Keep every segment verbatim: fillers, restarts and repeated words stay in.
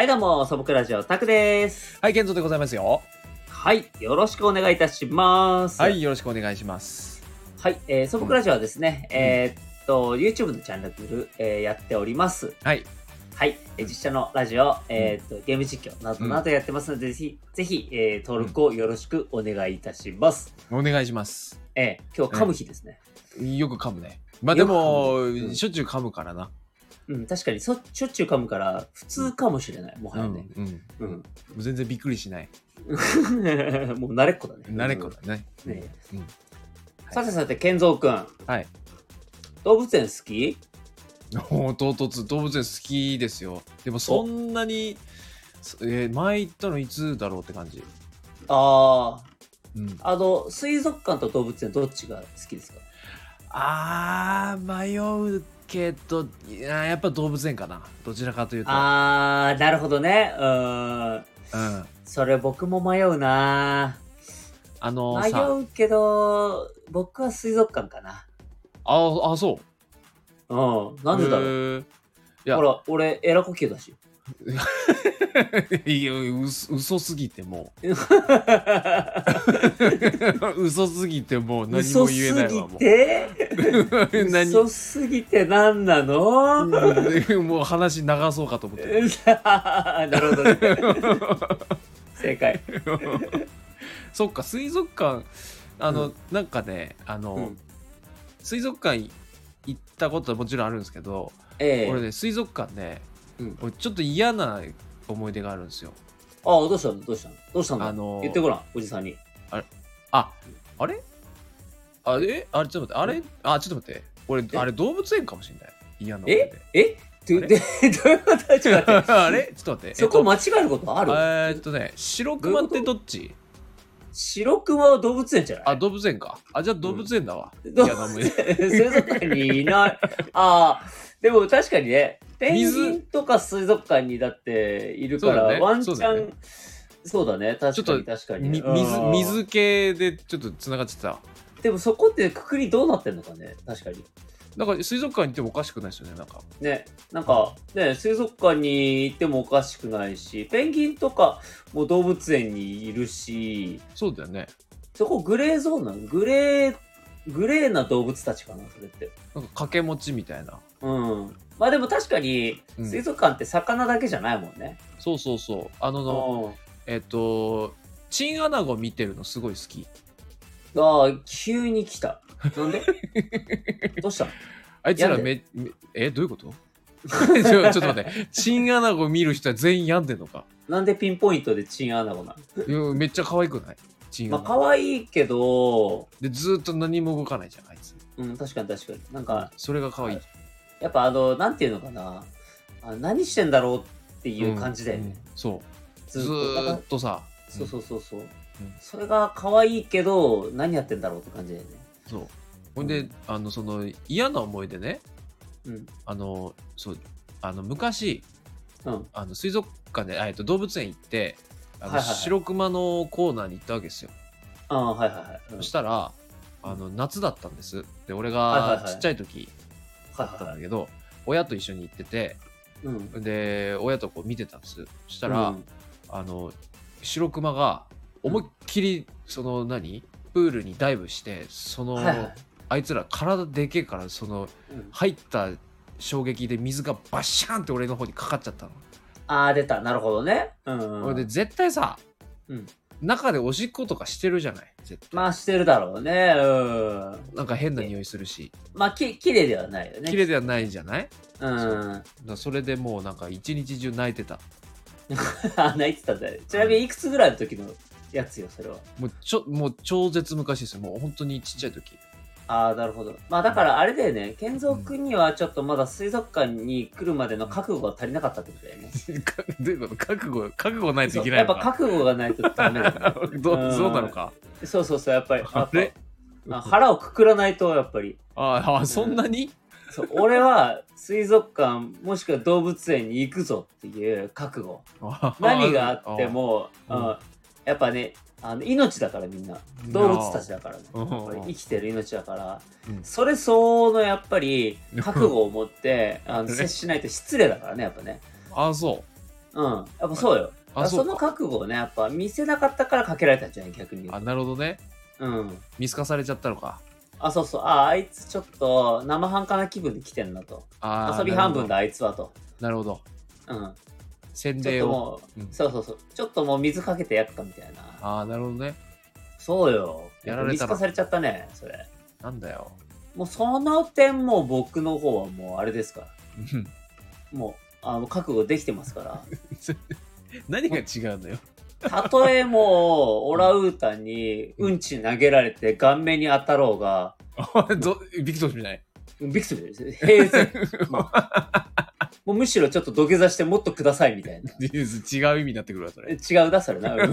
はいどうも、素朴ラジオタクです。 はい、健三でございますよ。 はい、よろしくお願いいたします。 はい、よろしくお願いします。 はい、えー、素朴ラジオはですね、 んえーっと、YouTube のチャンネル、えーやっております。 はい。 はい、えー実写のラジオ、えーっと、ゲーム実況などなどやってますので、ぜひ、ぜひ、えー登録をよろしくお願いいたします。 お願いします。 えー今日噛む日ですね。 よく噛むね。まあでよく噛も、 むうんしょっちゅう噛むからな。 うん、確かにそしょっちゅう噛むから普通かもしれない、もはうん、 やね。 うん。 うん。 全然びっくりしない。 もう慣れっこだね。 慣れっこだね。 ねうん。 さてさて、健三くん。 はい。 動物園好き？ お唐突、動物園好きですよ。でもそんなに、えー前行ったのいつだろうって感じ。 ああ、 うん。 あの、水族館と動物園どっちが好きですか？ あー、迷うけど、いややっぱ動物園かな。どちらかというと。 ああ、なるほどね。うーん。 うん。 それ僕も迷うな。 あの迷さ、 うけど、僕は水族館かな。 ああ、そう。 うん。なんでだろう。 へーいやほら、俺、エラ呼吸だし。 いや、うそ嘘すぎてもう。嘘すぎてもう何も言えないわ、も嘘すぎてう。何嘘すぎて何なの？ もう話流そうかと思って。 なるほどね。正解。 そっか、水族館、あの、 うんなんかね、あの、 うん水族館行ったことはもちろんあるんですけど、 ええ俺ね、水族館ね、 うん俺ちょっと嫌な思い出があるんですよ。 ああ、どうしたのどうしたのどうしたんだ、 あのー言ってごらん、おじさんに。 あ、あれあれあれちょっと待って、あれあ、ちょっと待って。俺、 えあれ動物園かもしれない。嫌な思いえ出。 えで、 あれで、どういうことちょっと待って。 あれちょっと待って。 そこ間違えることある？ えーっとね、白熊ってどっち？ 白熊は動物園じゃない？ あ、動物園か。あ、じゃあ動物園だわ。 動嫌な思い出。 水族館にいない。ああ、でも確かにね、ペンギンとか水族館にだっているから、 そうだねワンチャン、 そうだねそうだね、確かにちょっと確かに。 みうん水、水系でちょっと繋がってた。 でもそこってくくりどうなってんのかね、確かに。 なんか水族館に行ってもおかしくないですよね、なんか。 ね、なんかね、水族館に行ってもおかしくないし、ペンギンとかも動物園にいるし、 そうだよね。 そこグレーゾーンなの？グレー、グレーな動物たちかな、それって。 なんか掛け持ちみたいな。 うん。まあでも確かに、 うん水族館って魚だけじゃないもんね。 そうそうそう。あのの、 うん。 えっと、チンアナゴ見てるのすごい好き。 ああ、急に来た。なんでどうしたの？ あいつら病んめ、めえ、どういうことちょちょっと待って。チンアナゴ見る人は全員病んでんのか。 なんでピンポイントでチンアナゴなの？ いやめっちゃ可愛くないチンまあアナゴ。 可愛いけど、 で、ずーっと何も動かないじゃん、あいつ。 うん、確かに確かに。なんか、 それが可愛い。 やっぱあの、なんていうのかな。あ、何してんだろうっていう感じだよね。 うんそう。ずずっと。だからーっとさ。 そうそうそうそう。 んそれが可愛いけど、何やってんだろうって感じだよね。 そう。ほんで、あの、その、嫌な思い出ね。 うん。 あの、そう、あの、昔、 うん。 あの水族館で、あえっと、動物園行って、あの、 はいはいはい白熊のコーナーに行ったわけですよ。 ああ、はいはいはい。うんそしたら、あの、夏だったんです。で、俺はいはいはいがちっちゃい時だったんだけど、親と一緒に行ってて、 うん。 で、親とこう見てたんです。そしたら、 うんあの、白熊が思いっきり、その何プールにダイブして、その、 はいはい。 あいつら体でけえから、その、 うん入った衝撃で水がバッシャーンって俺の方にかかっちゃったの。 ああ、出た。なるほどね。うん、うん。 俺で絶対さ、 うん中でおしっことかしてるじゃない絶対。 まあ、してるだろうね。うん。 なんか変な匂いするし、 まあ、き、綺麗ではないよね。 綺麗ではないじゃない。 うん。 だからそれでもうなんか一日中泣いてた。 あ、泣いてたんだよ。ちなみにいくつぐらいの時のやつよ、それは。 もうちょもう超絶昔ですよ。もう本当にちっちゃい時。 ああ、なるほど。まあ、だからあれだよね。健三君にはちょっとまだ水族館に来るまでの覚悟が足りなかったってことだよね。 どういうこと覚悟覚悟ないといけなやっぱいのか。 覚悟がないとダメだよね。 どうんそうなのか。 そうそうそう、やっぱり。やっぱあれあ腹をくくらないと、やっぱり。 ああそんなに。 そう俺は水族館もしくは動物園に行くぞっていう覚悟。何があっても、 あうんやっぱね、あの命だからみんな。動物たちだからね。 うんやっぱり生きてる命だから、 うんそれ相応のやっぱり覚悟を持ってあの接しないと失礼だからね、やっぱね。 ああそうん。やっぱそうよ。 あ、そそうのか。 覚悟をね、やっぱ見せなかったからかけられたんじゃない逆に言うあ、 と。 なるほどね。 うん。 見透かされちゃったのか。 あ、そうそう。あ、あいつちょっと生半可な気分で来てんなと。 ああ、 遊び半分だ、あいつはと。 なるほど。 うん。 洗礼を。 ちょっともう、 うん、 そうそうそう。ちょっともう水かけてやっかみたいな。 ああ、なるほどね。 そうよ。 やられたら見透かされちゃったね、それ。 なんだよ。 もうその点もう僕の方はもうあれですから。 うんもう、あの、覚悟できてますから。 何が違うのよ。 たとえもう、オランウータンにうんち投げられて顔面に当たろうが、 どビクトリーみたい。 ビクトリーです。平然。もうもうむしろちょっと土下座してもっとくださいみたいな。 違う意味になってくるわ、それ。 違うだ、それな。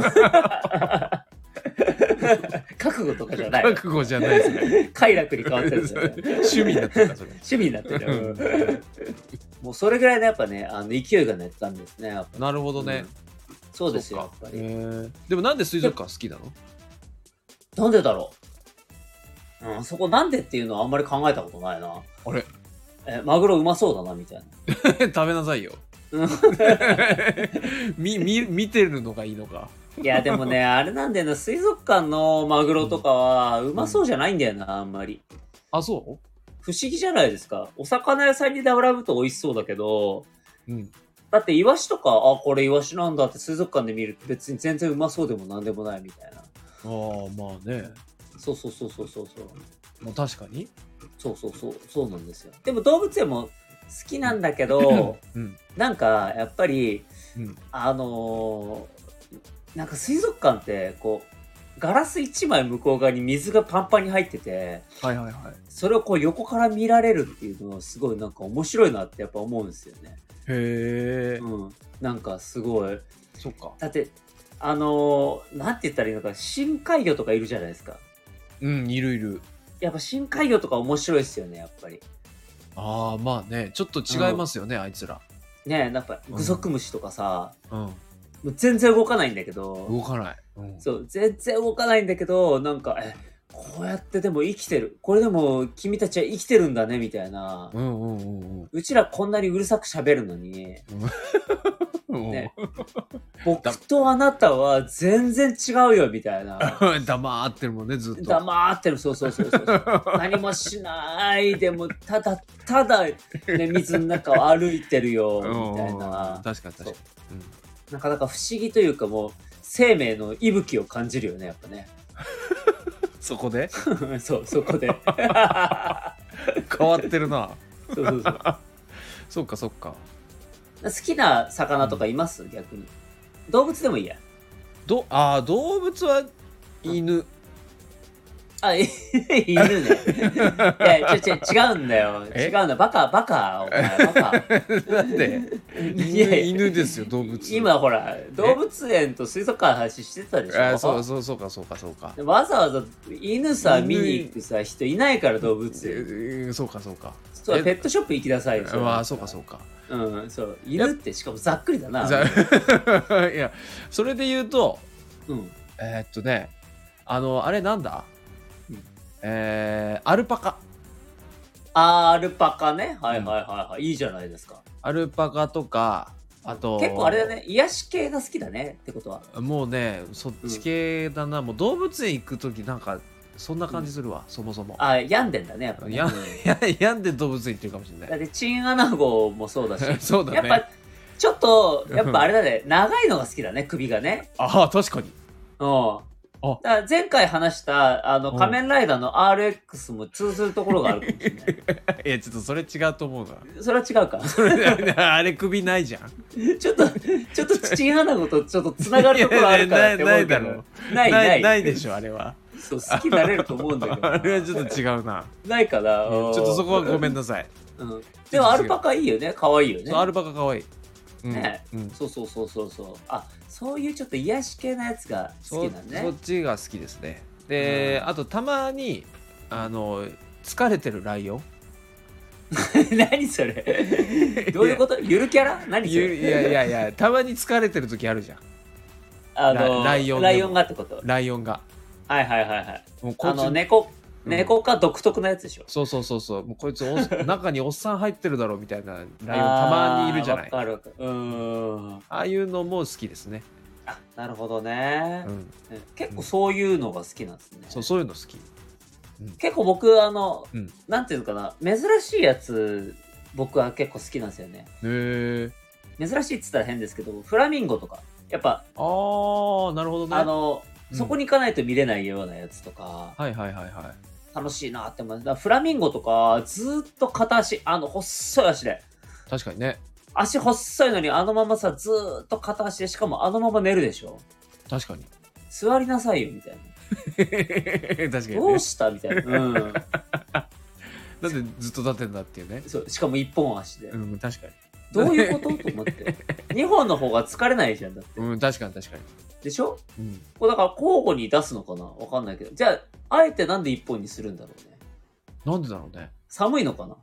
覚悟とかじゃない。 覚悟じゃないですね。 快楽に変わってるんですよね。 趣味になってるか、それ。 趣味になってる。もうそれぐらいのやっぱね、あの勢いがねったんですね。やっぱなるほどね。 うんそうですよ、やそっかっぱり。 へーでもなんで水族館好きなの？ なんでだろう、うん、そこなんでっていうのはあんまり考えたことないな。 あれえ、マグロうまそうだな、みたいな。 食べなさいよ。 うんみみ見てるのがいいのか。 いや、でもね、あれなんだよな、水族館のマグロとかはうまそうじゃないんだよな、あんまり。 あ、そ不思議じゃないですか。お魚屋さんに並ぶと美味しそうだけど、 う？うん。 だってイワシとか、あ、これイワシなんだって水族館で見ると別に全然うまそうでもなんでもないみたいな。 ああ、まあね。 そうそうそうそうそうそう。 まあ確かに。 そうそうそう、そうなんですよ。でも動物園も好きなんだけど、 うん。 なんかやっぱり、 うん。 あのーなんか水族館ってこう、ガラス一枚向こう側に水がパンパンに入ってて、 はいはいはい。 それをこう横から見られるっていうのはすごいなんか面白いなってやっぱ思うんですよね。 へえ。 うん。なんかすごい。 そっか。 だって、あのーなんて言ったらいいのか、深海魚とかいるじゃないですか。 うん、いるいる。 やっぱ深海魚とか面白いですよね、やっぱり。 ああ、まあね。ちょっと違いますよね、あいつら。 ねえ、なんかグソクムシとかさ、 うん。 もう全然動かないんだけど、 動かない。うん。 そう、全然動かないんだけど、なんか、え、こうやってでも生きてる。これでも君たちは生きてるんだね、みたいな。 うんうんうんうん。 うちらこんなにうるさく喋るのに、 うんね、僕とあなたは全然違うよ、みたいな。 黙ってるもんね、ずっと。 黙ってる、そうそうそうそう。何もしないでも、ただただ、ね、水の中を歩いてるよ、みたいな。 確かに確かに。 なかなか不思議というかもう、生命の息吹を感じるよね、やっぱね。 そこでそう、そこで。 変わってるな。 そうそうそう。 そっかそっか。 好きな魚とかいます、逆に。動物でもいいや。 どあー動物は犬。 あ、い犬ね。いや、ちょ、ちょ、違うんだよ。 え違うんだ。バカ、バカ、お前、バカ。 なんでいやいや犬犬ですよ、動物。 今ほら、動物園と水族館の話してたでしょ。 あそうそうそうかそうかそうか。 わざわざ犬さ、 犬見に行くさ、人いないから、動物園。 えーそうかそうか。 そうペットショップ行きなさいよ。れまあそうかそうか。 うん、そう。犬ってしかもざっくりだな。 ざいやそれで言うと、 うん。 えーっとね、あのあれなんだ、 うんえーアルパカ。 あーアルパカね。はいはいはいはい。いいじゃないですか。 アルパカとか、あと結構あれだね。癒し系が好きだね。ってことは。 もうねそっち系だな、もう動物園行く時なんかそんな感じするわ、そもそも。 あ、病んでんだね、やっぱね。 やうんや病んで動物園行ってるかもしれない。 だってチンアナゴもそうだし。 そうだね。 やっぱ、ちょっと、やっぱあれだね。長いのが好きだね、首がね。 ああ確かに。 うん。 あだから前回話した、あの、 うん仮面ライダーの アールエックス も通ずるところがあるかもしれない。 いやちょっとそれ違うと思うな。 それは違うか。 それあれ首ないじゃん。 ちょっと、ちょっとチンアナゴとちょっとつながるところあるからって思うけど。 いやないないだろないない。 ないでしょあれは。 そう、好きになれると思うんだけど。 あれはちょっと違うな。 ないかな。 ちょっとそこはごめんなさい。 うん。でもアルパカいいよね。可愛いよね。 そうアルパカかわいい。うんね、 うん、 そうそうそうそうそう。あ、そういうちょっと癒し系なやつが好きなんね。 そそっちが好きですね。で、うん、あとたまにあの疲れてるライオン。 何それどういうこと？ゆるキャラ？何それ？ いやいやいや、たまに疲れてる時あるじゃん。 あのライオンライオンがってこと？ ライオンが。 はいはいはいはい。 もうあの猫猫か独特なやつでしょ。 そうそうそうそう。もうこいつお中におっさん入ってるだろうみたいなライオンたまにいるじゃない。 わかるわかる。うーん。 ああいうのも好きですね。 あ、なるほどね、 うん。 結構そういうのが好きなんですね。 そうそういうの好き。 うん、結構僕あの、 うん、 なんていうのかな、珍しいやつ僕は結構好きなんですよね。 へえ。 珍しいっつったら変ですけど、フラミンゴとかやっぱ、 あー、なるほどね。 あの、 うん、 そこに行かないと見れないようなやつとか、 はいはいはいはい。 楽しいなって思う。だからフラミンゴとかずーっと片足、あの細い足で。 確かにね。 足細いのにあのままさずーっと片足で、しかもあのまま寝るでしょ。 確かに。 座りなさいよみたいな。 確かに、ね、 どうしたみたいな。うん。なんでずっと立ってんだっていうね。 そう、しかも一本足で。 うん、確かに。 どういうことと思って。にほんの方が疲れないじゃんだって。 うん、確かに確かに。 でしょ、 うん、 これだから交互に出すのかなわかんないけど。じゃあ、あえてなんで一本にするんだろうね。 なんでだろうね。 寒いのかな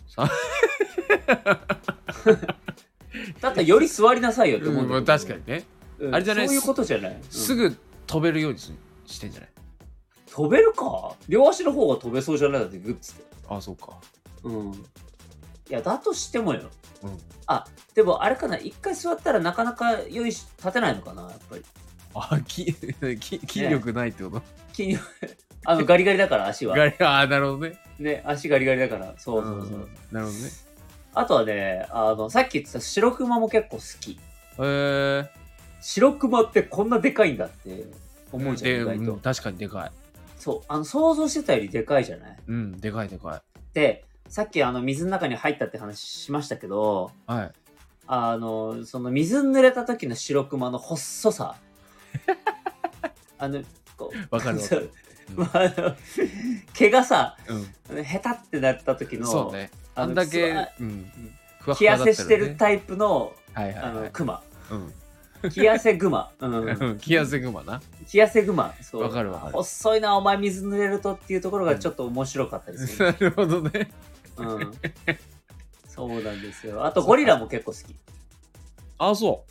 だったらより座りなさいよって思うんだけど、 うん、確かにね、 うん、 あれじゃない、 そういうことじゃない、うん、 すぐ飛べるようにしてんじゃない。 飛べるか、両足の方が飛べそうじゃないだってグッズって。 ああ、そうか。 うん。いや、だとしてもよ。 うん。 あ、でもあれかな、一回座ったらなかなかよいし、立てないのかな、やっぱり。 あ、きき筋力ないってこと、ね、 筋力、あの、ガリガリだから足は。 ガリ、ああ、なるほどね。 ね、足ガリガリだから、そうそうそう。うん、 なるほどね。 あとはね、あの、さっき言ってた白熊も結構好き。 へえー。 白熊ってこんなでかいんだって思うじゃん、意外と、 うん。確かにでかい。 そう、あの、想像してたよりでかいじゃない。 うん、でかいでかい。 で、さっきあの、水の中に入ったって話しましたけど、 はい。 あの、その水に濡れた時の白熊の細さ。あの、こう、 わかるわかる。 うん、あの毛がさ、 うん、 ヘタってなった時の、 そうね。あんだけ、うん、 気痩せしてるタイプの、 はいはいはい、 あのクマ。 うん。 気痩せグマ。うん。 気痩せグマな。 気痩せグマ。そう。 わかるわかる。 細いな、お前水濡れるとっていうところがちょっと面白かったりする。 なるほどね。 うん。そうなんですよ。あとゴリラも結構好き。 あ、そう。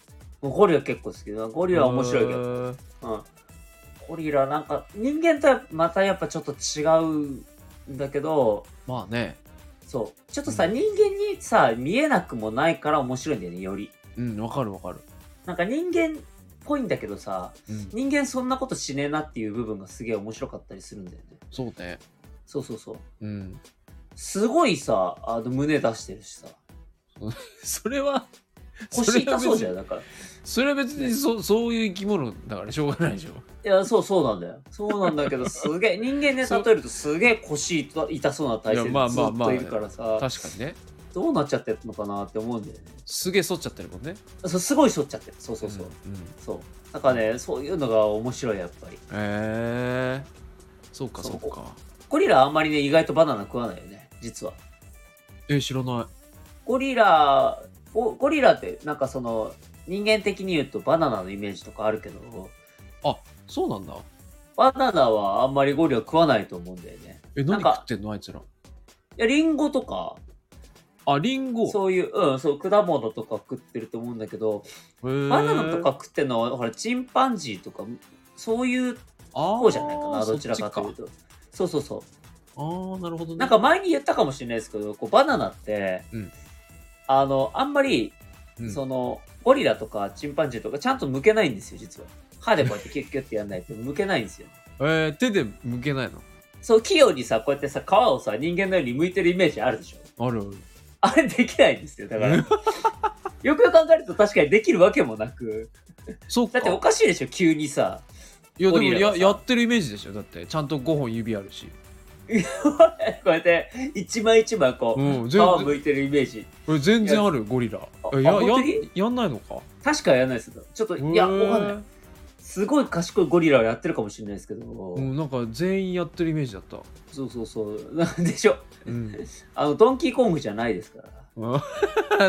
ゴリラ結構好きだ。ゴリラ面白いけど。うん。ゴリラなんか人間とはまたやっぱちょっと違うんだけど、 まあね。 そう。ちょっとさ、うん、人間にさ、見えなくもないから面白いんだよね、より。 うん、わかるわかる。 なんか人間っぽいんだけどさ、 うん、 人間そんなことしねえなっていう部分がすげえ面白かったりするんだよね。 そうね。 そうそうそう。 うん。 すごいさ、あの胸出してるしさ。 それは、 腰痛そうじゃん、だから。 それは別にそ、そういう生き物だからしょうがないでしょ。 いや、そうそうなんだよ。そうなんだけど、すげえ、人間で例えるとすげえ腰痛そうな体勢でずっといるからさ。 確かにね。 どうなっちゃってるのかなって思うんだよね。 すげえ反っちゃってるもんね。 そう、すごい反っちゃってる。そうそうそう。 うんうん、 そう。だからね、そういうのが面白い、やっぱり。へえー。そうか、そうか。 ゴリラあんまりね、意外とバナナ食わないよね、実は。 え、知らない。 ゴリラ、ゴ, ゴリラってなんかその、人間的に言うとバナナのイメージとかあるけど。 あ、そうなんだ。 バナナはあんまりゴリラ食わないと思うんだよね。 え、何食ってんのあいつら。いや、リンゴとか。 あ、リンゴ。 そういう、うん、そう、果物とか食ってると思うんだけど、バナナとか食ってんのは、ほら、チンパンジーとか、そういう方じゃないかな、どちらかというと。そうそうそう。 ああ、なるほどね。 なんか前に言ったかもしれないですけど、こうバナナって、うん、あの、あんまり、うん、その、ゴリラとかチンパンジーとかちゃんと剥けないんですよ、実は。歯でこうやってキュッキュッってやんないと剥けないんですよ。 えー、手で剥けないの？ そう、器用にさ、こうやってさ、皮をさ、人間のように剥いてるイメージあるでしょ？ あるある。 あれできないんですよ、だから。よくよく考えると確かにできるわけもなく。 そうか。 だっておかしいでしょ、急にさ。 いや、でもややってるイメージでしょ、だって。ちゃんとごほん指あるし。 こうやって一枚一枚こう、うん、皮むいてるイメージ。 これ全然ある、ゴリラ。やややんないのか？ 確かやんないですよ。ちょっと、いや、わかんない。すごい賢いゴリラをやってるかもしれないですけど。 うん、なんか全員やってるイメージだった。 そうそうそう。なんでしょ。うん、あの、ドンキーコングじゃないですから。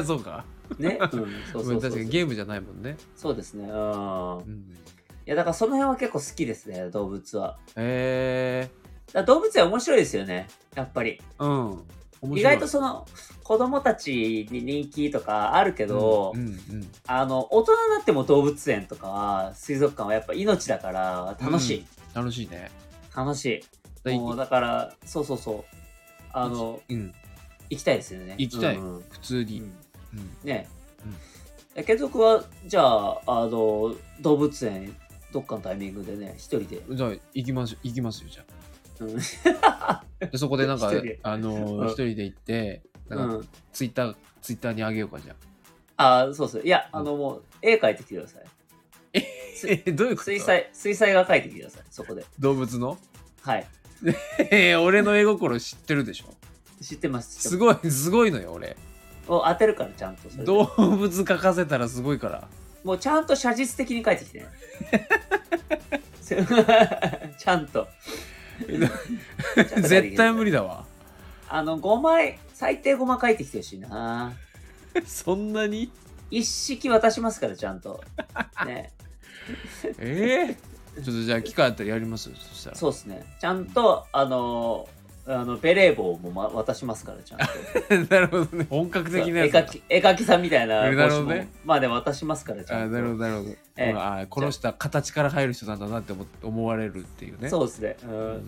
そうか。 ね。うん、そうそうそう。 確かにゲームじゃないもんね。 そうですね。うん。うん、いや、だからその辺は結構好きですね、動物は。 へえ。 動物園面白いですよね、やっぱり。 うん。 意外とその子供たちに人気とかあるけど、うんうんうん、あの大人になっても動物園とか水族館はやっぱ命だから楽しい。 うん、楽しいね。 楽しい。 もうだから、そうそうそう。あの、 うん、 行きたいですよね。 行きたい、 うんうん、 普通に。うん、 ねえ。継続は、じゃあ、あの、動物園、どっかのタイミングでね、一人で。 じゃあ、行きます、行きますよ、じゃあ。 うん、でそこでなんか、あの、 うん、 一人で行って、なんか、ツイッター、ツイッターにあげようか、じゃあ。あ、そうそう。いや、あの、もう、絵描いてきてください。 え、どういうこと？ 水彩、水彩画描いてきてください、そこで。 動物の？ はい。 えー、俺の絵心知ってるでしょ？ 知ってます。 すごい、すごいのよ、俺。 を当てるから、ちゃんと。 動物描かせたらすごいから。 もうちゃんと写実的に描いてきてね。ちゃんと。 絶対無理だわ。 あの、ごまい、最低ごま描いてきてほしいな。 そんなに？ 一式渡しますから、ちゃんと。ね。 えー、ちょっとじゃあ機会あったらやります。そしたら。 そうですね。ちゃんと、あのー、あのベレー帽も、ま、渡しますから、ちゃんと。なるほどね。本格的なやつ。 絵描き、絵描きさんみたいななるほどね。 まで渡しますから、ちゃんと。 あ、なるほど、なるほど。えー、あ、この人は形から入る人なんだなって思われるっていうね。 そうですね。うん、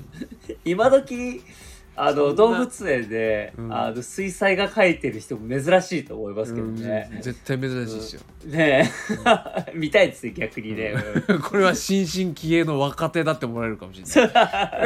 今時あの動物園で、うん、あの水彩画描いてる人も珍しいと思いますけどね。 うん、絶対珍しいですよ。 うん、ねえ、うん、見たいですね、逆にね。 うん、これは新進気鋭の若手だって思われるかもしれない。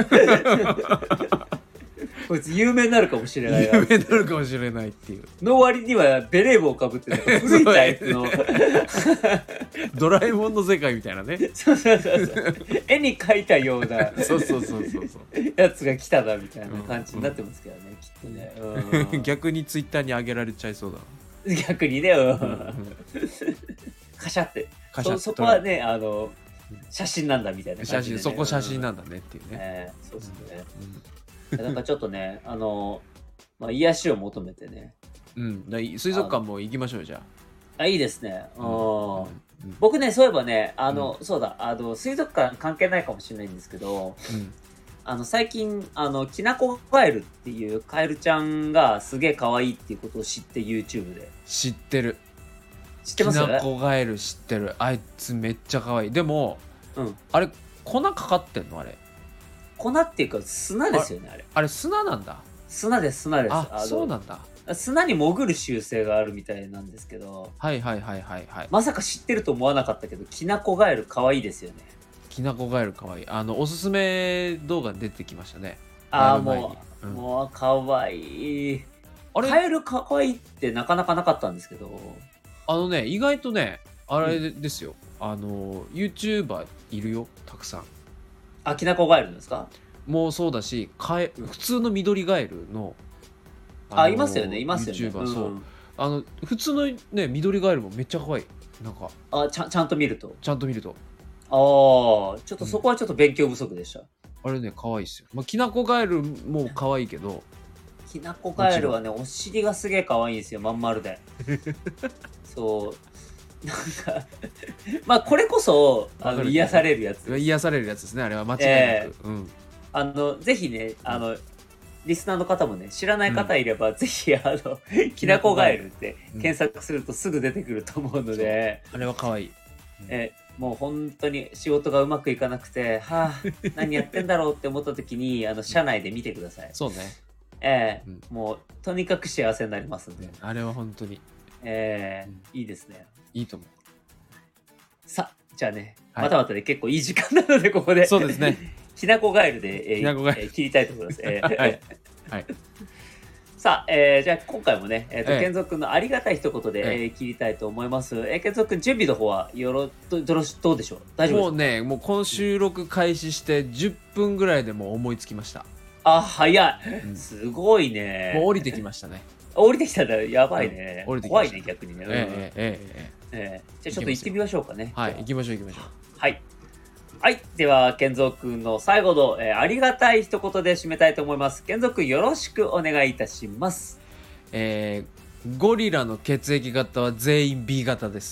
こいつ有名になるかもしれない。 有名になるかもしれないっていう。 の割にはベレー帽をかぶってる古いタイプのドラえもんの世界みたいなね。 そうそうそうそう。絵に描いたようなそうそうそうそうそうやつが来たなみたいな感じになってますけどね、うん、きっとね。 うん、逆にツイッターに上げられちゃいそうだ。 逆にね。うん、カシャって。カシャって そ, そこはね、あの写真なんだみたいな感じで、ね、 写真、そこ写真なんだねっていうね。 えー、そうですね。うん、なんかちょっとね、あの、まあ、癒しを求めてね。 うん、だ水族館も行きましょう、じゃあ。あ、いいですね。うん、うん、僕ね、そういえばね、あの、うん、そうだ、あの、水族館関係ないかもしれないんですけど、うん、あの、最近、あの、きなこカエルっていうカエルちゃんがすげえ可愛いっていうことを知って、YouTube で。 知ってる。 知ってます？ きなこカエル知ってる。あいつめっちゃ可愛い。でも、うん、あれ、粉かかってんのあれ。 粉っていうか砂ですよね、あれ。 あれ砂なんだ。 砂です、砂です。 あ、そうなんだ。 砂に潜る習性があるみたいなんですけど。 はいはいはいはいはい。 まさか知ってると思わなかったけど、きなこガエル可愛いですよね。 きなこガエル可愛い。あの、おすすめ動画出てきましたね。 ああ、もう、うん、もう可愛い。あれカエル可愛いってなかなかなかったんですけど。 あのね、意外とね、あれですよ。うん、あの、YouTuber いるよ、たくさん。 あ、きなこガエルですか？ もうそうだし、かえ普通の緑ガエルの、 あ、あいますよね、いますよね。 YouTuber、うん、そう。あの、普通のね、緑ガエルもめっちゃ可愛い。なんか。 あ、ちゃん、ちゃんと見ると。 ちゃんと見ると。 ああ、ちょっとそこはちょっと勉強不足でした。 うん、あれね、可愛いですよ。まあ、きなこガエルも可愛いけど。 きなこガエルはね、お尻がすげえ可愛いんですよ、まん丸で。そう。なんかまあこれこそあの癒されるやつ癒されるやつですね、あれは間違いなく、えーうん、 あのぜひね、あのリスナーの方もね、知らない方いれば、うん、ぜひあのきなこガエルって検索するとすぐ出てくると思うので、 うん、あれは可愛い、 うん、えー、もう本当に仕事がうまくいかなくて、はあ何やってんだろうって思った時にあの社内で見てください。 そうね、 えーうん、もうとにかく幸せになりますんで、 あれは本当に、 えーうん、いいですね。 いいと思う。 さあ、じゃあね、はい、またまたで結構いい時間なので、ここで。 そうですね。 きなこガエルで、えーえー、切りたいと思います。えーはい。はい、さあ、えー、じゃあ今回もね、えーと、健三君のありがたい一言で、えーえー、切りたいと思います。えー、健三君、準備の方はよろどどどうでしょう？大丈夫ですか？ もうね、もうこの収録開始してじゅっぷんぐらいでもう思いつきました。 あ、早い。うん、すごいね。 もう降りてきましたね。 降りてきたらやばいね。うん、怖いね、逆にね。 えー、えー、えー、えーえー、じゃあちょっと行ってみましょうかね。 はい、行きましょう行きましょう。 はい。はい。では、健三くんの最後の、えー、ありがたい一言で締めたいと思います。健三くんよろしくお願いいたします。 えー、ゴリラの血液型は全員 ビー 型です。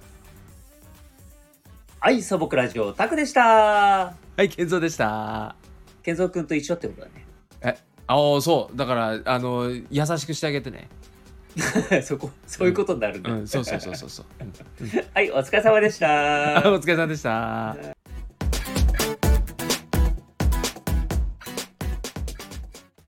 はい、素朴ラジオタクでした。 はい、健三でした。 健三くんと一緒ってことだね。 え、ああ、そう。だから、あの、優しくしてあげてね。 そこそういうことになるんだ、 うんうん、そうそうそうそうそう、 はい、お疲れ様でした。 お疲れ様でした。